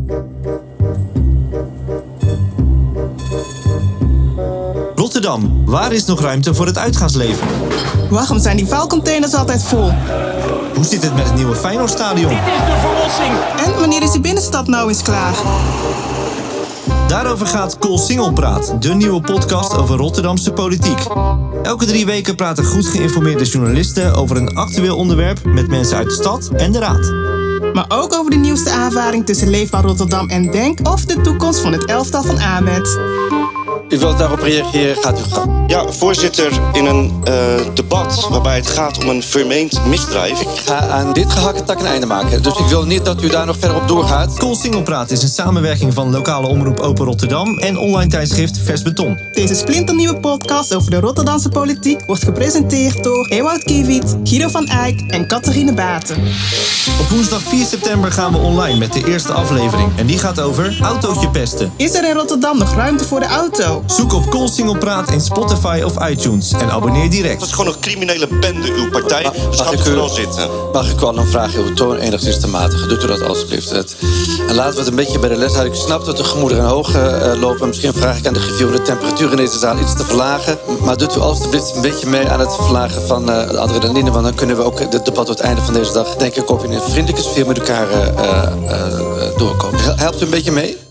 Rotterdam, waar is nog ruimte voor het uitgaansleven? Waarom zijn die vuilcontainers altijd vol? Hoe zit het met het nieuwe Feyenoordstadion? Dit is de verlossing. En wanneer is de binnenstad nou eens klaar? Daarover gaat Koolsingel-praat, de nieuwe podcast over Rotterdamse politiek. Elke 3 weken praten goed geïnformeerde journalisten over een actueel onderwerp met mensen uit de stad en de raad. Maar ook over de nieuwste aanvaring tussen Leefbaar Rotterdam en Denk of de toekomst van het elftal van Ahmed. U wilt daarop reageren, gaat u gang. Ja, voorzitter, in een debat waarbij het gaat om een vermeend misdrijf. Ik ga aan dit gehakketak een einde maken. Dus ik wil niet dat u daar nog verder op doorgaat. Koolsingel-praat is een samenwerking van lokale omroep Open Rotterdam en online tijdschrift Vers Beton. Deze splinternieuwe podcast over de Rotterdamse politiek wordt gepresenteerd door Ewout Kiewiet, Guido van Eyck en Catharine Baten. Op woensdag 4 september gaan we online met de eerste aflevering. En die gaat over autootje pesten. Is er in Rotterdam nog ruimte voor de auto? Zoek op Koolsingel-praat in Spotify of iTunes en abonneer direct. Dat is gewoon een criminele bende, uw partij. Dus gaat er vooral zitten. Mag ik wel een vraagje over toon enigszins te matigen? Doet u dat alsjeblieft. En laten we het een beetje bij de les houden. Ik snap dat de gemoederen hoog lopen. Misschien vraag ik aan de griffier om de temperatuur in deze zaal iets te verlagen. Maar doet u alsjeblieft een beetje mee aan het verlagen van de adrenaline. Want dan kunnen we ook het debat op het einde van deze dag, denk ik, op in een vriendelijke sfeer met elkaar doorkomen. Helpt u een beetje mee?